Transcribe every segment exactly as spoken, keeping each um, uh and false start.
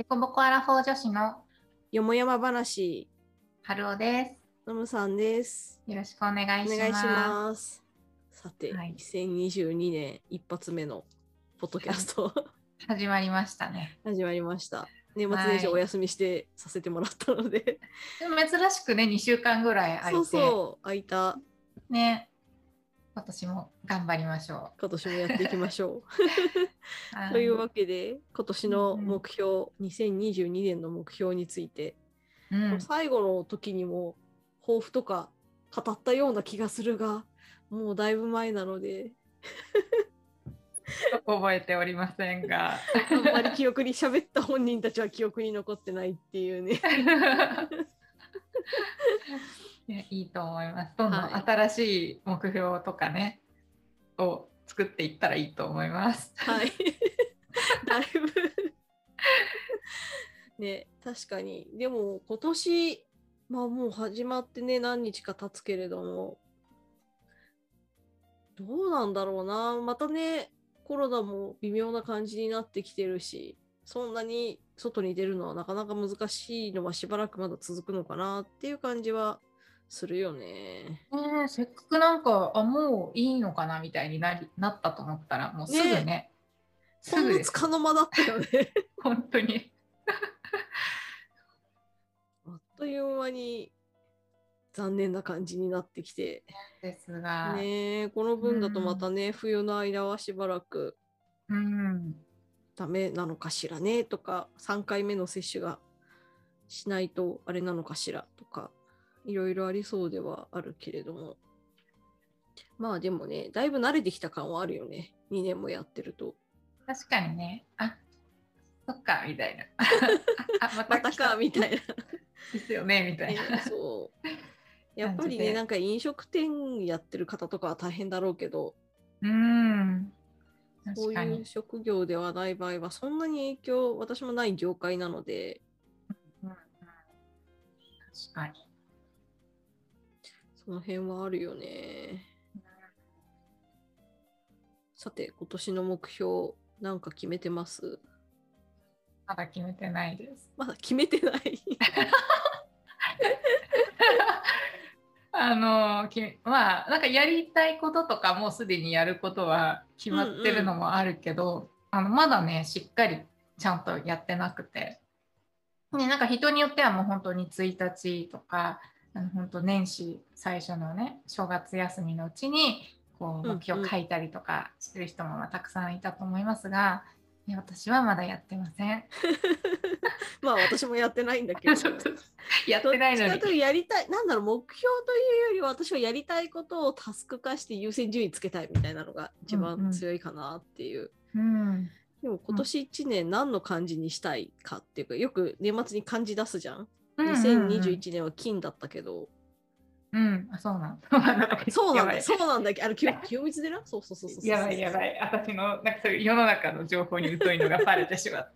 デコボコアラフォー女子のよもやま話、 春尾です。 のむさんです。 よろしくお願いします。 お願いします。さて、 はい、 にせんにじゅうにねん一発目のポッドキャスト始まりましたね。 始まりました。年末年始お休みしてさせてもらったので、 でも珍しくねにしゅうかんぐらい空いて、 そうそう空いたね。今年も頑張りましょう。 今年もやっていきましょう。というわけで今年の目標、うん、にせんにじゅうにねんの目標について、うん、最後の時にも抱負とか語ったような気がするが、もうだいぶ前なので覚えておりませんがあんまり記憶に喋った本人たちは記憶に残ってないっていうねいや、いいと思います。どんどん新しい目標とかね、はい、を作っていったらいいと思います。 はいだいぶね、確かに。でも今年、まあもう始まってね何日か経つけれども、どうなんだろうな。またねコロナも微妙な感じになってきてるし、そんなに外に出るのはなかなか難しいのはしばらくまだ続くのかなっていう感じはするよね。 ねえ、せっかくなんかあもういいのかなみたいになりなったと思ったらもうすぐね、ねすぐです。ほんのつかの間だったよね本当にあっという間に残念な感じになってきてですがね、この分だとまたね、うん、冬の間はしばらくダメなのかしらねとか、さんかいめの接種がしないとあれなのかしらとかいろいろありそうではあるけれども、まあでもねだいぶ慣れてきた感はあるよね、にねんもやってると。 確かにね、あそっかみたいなあまたかみたいなですよねみたいな、 そうやっぱりね、なんか飲食店やってる方とかは大変だろうけど、 うーん、 そういう職業ではない場合はそんなに影響私もない業界なので、 うんうん、確かにその辺はあるよね、うん、さて今年の目標なんか決めてます？ まだ決めてないです。 まだ決めてないあのまあなんかやりたいこととかもうすでにやることは決まってるのもあるけど、うんうん、あのまだねしっかりちゃんとやってなくて、ね、なんか人によってはもう本当についたちとかあの本当年始最初のね正月休みのうちにこう目標書いたりとかしてる人もたくさんいたと思いますが、いや私はまだやってませんまあ私もやってないんだけどやってないのにとやりたい、なんだろう、目標というよりは私はやりたいことをタスク化して優先順位つけたいみたいなのが一番強いかなっていう、 うんうん、 でも今年いちねん何の漢字にしたいかっていうか、よく年末に漢字出すじゃん、うんうんうん、にせんにじゅういちねんは金だったけど、 うん、あ、そうなんだ。そうなんだ、そうなんだ。あれ、清光寺そうそうそうそう。 やばいやばい。私の、なんかそういう世の中の情報に疎いのがバレてしまった。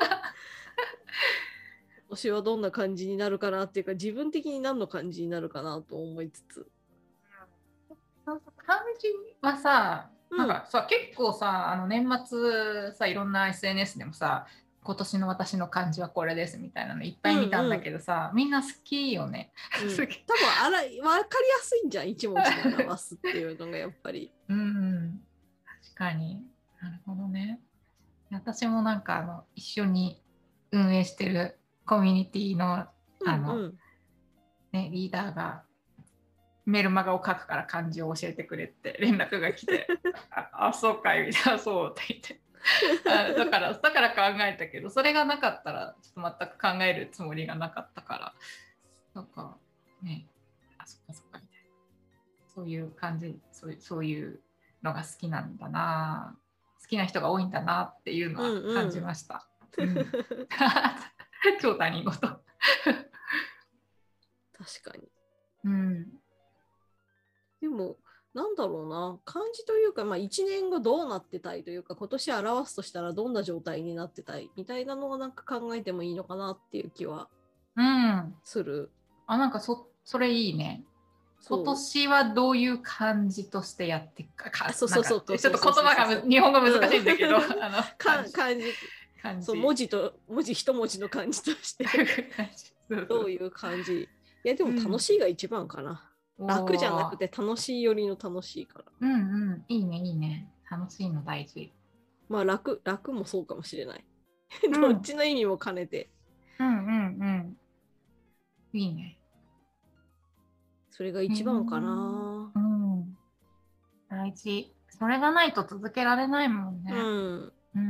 今年はどんな感じになるかなっていうか、自分的に何の感じになるかなと思いつつ。 漢字はさ、なんかさ、うん、結構さ、あの年末さ、いろんな エスエヌエス でもさ、今年の私の漢字はこれですみたいなのいっぱい見たんだけどさ、うんうん、みんな好きよね、 うん、多分あら分かりやすいんじゃん、一文字で表すっていうのがやっぱりうん、うん、確かに、なるほどね。私もなんかあの一緒に運営してるコミュニティのあの、うんうんね、リーダーがメルマガを書くから漢字を教えてくれって連絡が来てあ, あそうかいみたいな、そうって言ってあだからだから考えたけど、それがなかったらちょっと全く考えるつもりがなかったから、なんかね、あそっかそっかみたいな、そういう感じ、そういう、そういうのが好きなんだな、好きな人が多いんだなっていうのは感じました、うんうん、超他人事確かに、 うん、 でもなんだろうな、漢字というか、まあ、いちねんごどうなってたいというか、今年表すとしたらどんな状態になってたいみたいなのをなんか考えてもいいのかなっていう気はする、うん、 あ、なんか そ, それいいね。今年はどういう感じとしてやっていくか、 そうそうそう、 ちょっと言葉が日本語難しいんだけど、あの漢字感じ。 そう文字と文字一文字の感じとしてどういう感じ。いやでも楽しいが一番かな、うん、楽じゃなくて楽しいよりの楽しいから。 うんうん、いいねいいね、楽しいの大事。 まあ楽楽もそうかもしれない、うん、どっちの意味も兼ねて。 うんうんうんいいね。 それが一番かな。 うん、うん、大事。それがないと続けられないもんね。うん。うん。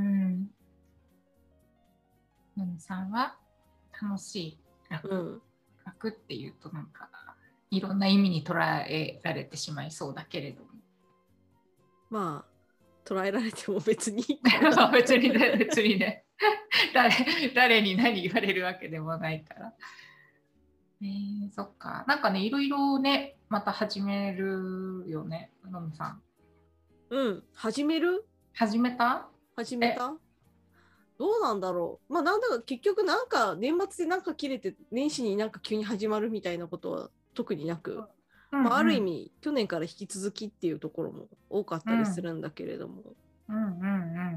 のみさんは楽しい、楽、うん、楽っていうとなんかいろんな意味に捉えられてしまいそうだけれども。 まあ捉えられても別に別にね別にね誰誰に何言われるわけでもないから。えー、そっか。なんかね、いろいろね、また始めるよね、のみさん。 うん、始める始めた始めたどうなんだろう。まあなんだか結局なんか年末でなんか切れて年始になんか急に始まるみたいなことは特になく、うんうん、まあ、ある意味去年から引き続きっていうところも多かったりするんだけれども。 うんうんうんうん。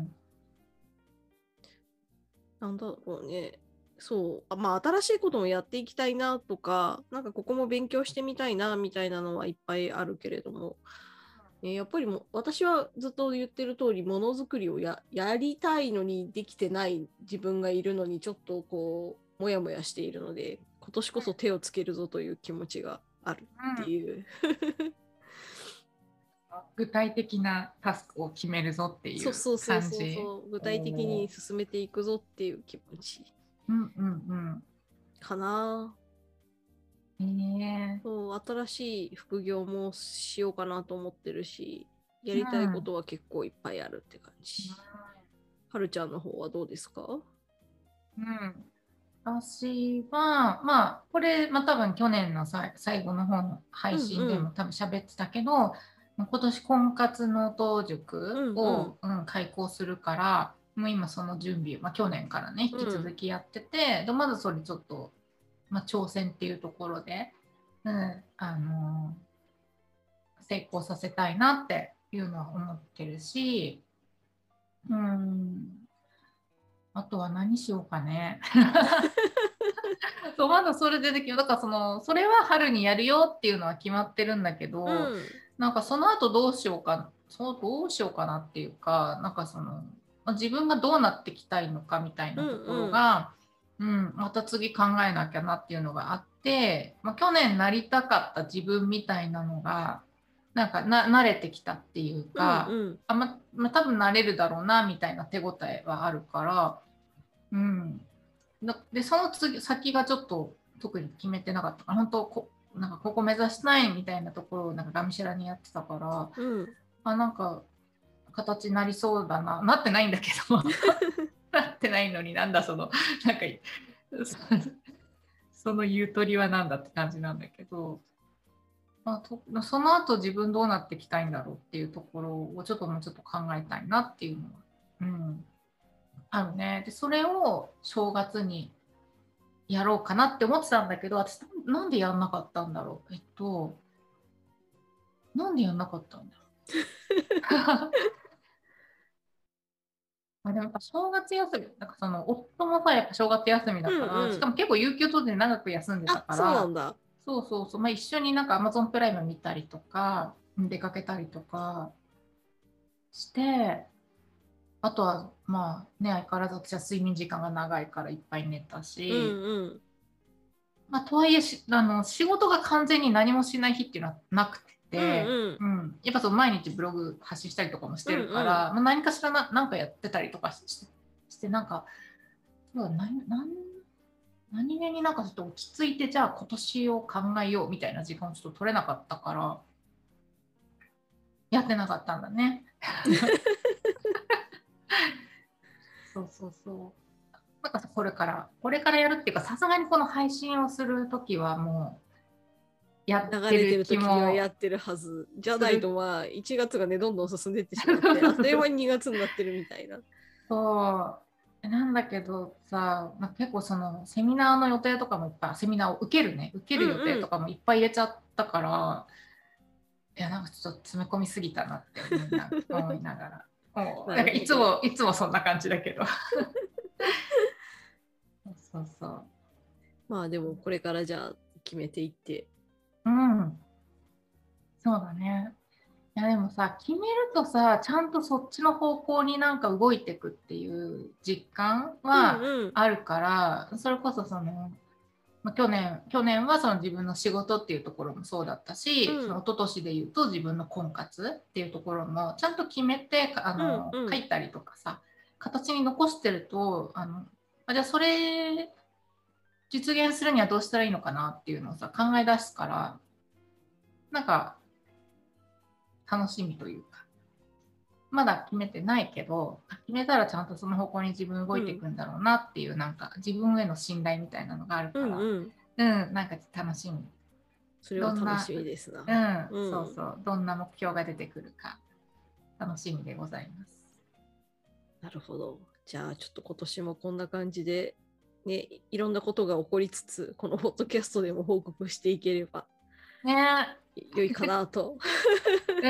なんだろうね。そう。まあ新しいこともやっていきたいなとか、なんかここも勉強してみたいなみたいなのはいっぱいあるけれども、えー、やっぱりも私はずっと言ってる通りものづくりを や, やりたいのにできてない自分がいるのにちょっとこうもやもやしているので、今年こそ手をつけるぞという気持ちがあるっていう、うん、 具体的なタスクを決めるぞっていう感じ。そうそうそうそう具体的に進めていくぞっていう気持ち、 うんうんうん、 かな。 えー、 そう新しい副業もしようかなと思ってるし、やりたいことは結構いっぱいあるって感じ。うん、はるちゃんの方はどうですか？ うん、私はまあこれ、まあ、多分去年のさ最後の方の配信でも多分喋ってたけど、うんうん、今年婚活の当塾を、うんうんうん、開講するから、もう今その準備、まあ、去年からね引き続きやってて、うん、でまずそれちょっと、まあ、挑戦っていうところで、うん、あの成功させたいなっていうのは思ってるし、うん、あとは何しようかね。そうまだそれでできる。だからそのそれは春にやるよっていうのは決まってるんだけど、うん、なんかその後どうしようか、そうどうしようかなっていうか、なんかその自分がどうなってきたいのかみたいなところが、うん、うんうん、また次考えなきゃなっていうのがあって、まあ、去年なりたかった自分みたいなのがなんかな慣れてきたっていうか、うんうん、あままあ、多分慣れるだろうなみたいな手応えはあるから、うん。でその次先がちょっと特に決めてなかったから、本当こなんかここ目指したいみたいなところをなんかがむしゃらにやってたから、うん、あなんか形になりそうだな、なってないんだけどなってないのになんだそのなんかその言うとりはなんだって感じなんだけど、まあ、とその後自分どうなっていきたいんだろうっていうところをちょっともうちょっと考えたいなっていうのは、うん、あるね。でそれを正月にやろうかなって思ってたんだけど、私なんでやんなかったんだろう。えっとなんでやんなかったんだろう。あでもやっぱ正月休み、なんかその夫もさやっぱ正月休みだから、うんうん、しかも結構有給取って長く休んでたから、 そうなんだ。 そうそうそう、まあ、一緒になんか Amazon プライム見たりとか出かけたりとかして、あとはまあね相変わらず私は睡眠時間が長いからいっぱい寝たし、うんうんまあ、とはいえしあの仕事が完全に何もしない日っていうのはなくて、うんうんうん、やっぱその毎日ブログ発信したりとかもしてるから、うんうんまあ、何かしらななんかやってたりとかしてしてなんか何何何気になんかちょっと落ち着いてじゃあ今年を考えようみたいな時間をちょっと取れなかったからやってなかったんだね。そうそうそう。なんかこれからこれからやるっていうかさすがにこの配信をするときはもうやってる気も流れてる時にはやってるはずじゃないとまあいちがつがねどんどん進んでいってしまってあっという間ににがつになってるみたいな。 そうなんだけどさ、まあ、結構そのセミナーの予定とかもいっぱいセミナーを受けるね受ける予定とかもいっぱい入れちゃったから、うんうん、いやなんかちょっと詰め込みすぎたなって思いな、思いながらもうなんかいつもいつもそんな感じだけどそうそう。 まあでもこれからじゃあ決めていって。 うん。そうだね。いやでもさ、決めるとさ、ちゃんとそっちの方向になんか動いていくっていう実感はうんうん、 あるから、それこそその、まあ、去年、去年はその自分の仕事っていうところもそうだったし、そのうん一昨年で言うと自分の婚活っていうところもちゃんと決めて、あうんの、 うん、 書いたりとかさ、形に残してると、あの、あじゃあそれ実現するにはどうしたらいいのかなっていうのをさ、考え出すから、なんか楽しみというか、まだ決めてないけど、決めたらちゃんとその方向に自分動いていくんだろうなっていう、なんか自分への信頼みたいなのがあるうんから、 うん。 うん、なんか楽しみ。 それはどんな、 楽しみですな。 うん、 うん。 そうそう、どんな目標が出てくるか、楽しみでございます。 なるほど。じゃあちょっと今年もこんな感じで、ね、いろんなことが起こりつつ、このポッドキャストでも報告していければね良いかなと。 うん。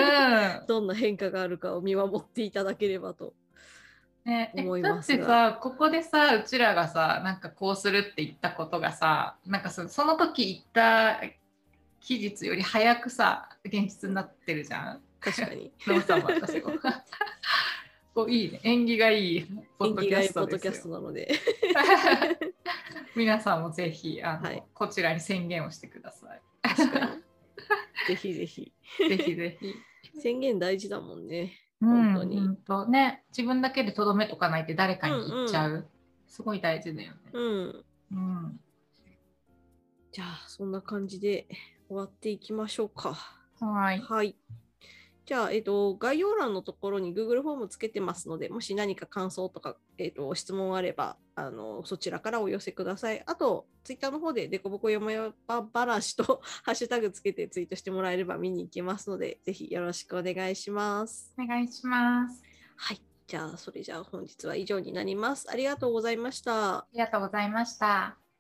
どんな変化があるかを見守っていただければとね、え、 思いだっますが。 てさ、ここでさ、うちらがさ、なんかこうするって言ったことがさ、なんかそその時言った期日より早くさ、現実になってるじゃん。 確かに。 ノーさんも私も。こういいね。縁起がいいポッ縁起がいいドキャスポッドキャストですよ。 トなので。 皆さんもぜひあの、 はい、 こちらに宣言をしてください。 確かに。ぜひぜひ。 ぜひぜひ。 宣言大事だもんね。 うん、 本当に。 本当ね、自分だけでとどめとかないって誰かに言っちゃう。 うんうん、 すごい大事だよね。 うん。 うん。 じゃあ、そんな感じで終わっていきましょうか。 はい。 はい。じゃあ、えっと、概要欄のところに Google フォームつけてますので、もし何か感想とか、えっと、質問あれば、あの、そちらからお寄せください。あと、Twitter の方でデコボコよもやば話とハッシュタグつけてツイートしてもらえれば見に行けますので、ぜひよろしくお願いします。 お願いします。 はい。じゃあ、それじゃあ本日は以上になります。ありがとうございました。 ありがとうございました。